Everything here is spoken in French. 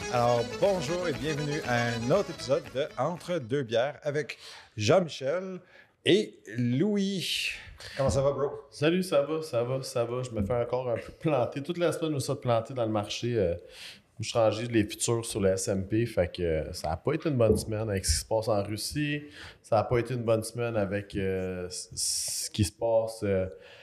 Alors, bonjour et bienvenue à un autre épisode de Entre deux bières avec Jean-Michel et Louis. Comment ça va, bro? Salut, ça va. Je me fais encore un peu planter. Toute la semaine, je me suis planté dans le marché. Je changeais les futurs sur le S&P. Fait que ça n'a pas été une bonne semaine avec ce qui se passe en Russie. Ça n'a pas été une bonne semaine avec ce qui se passe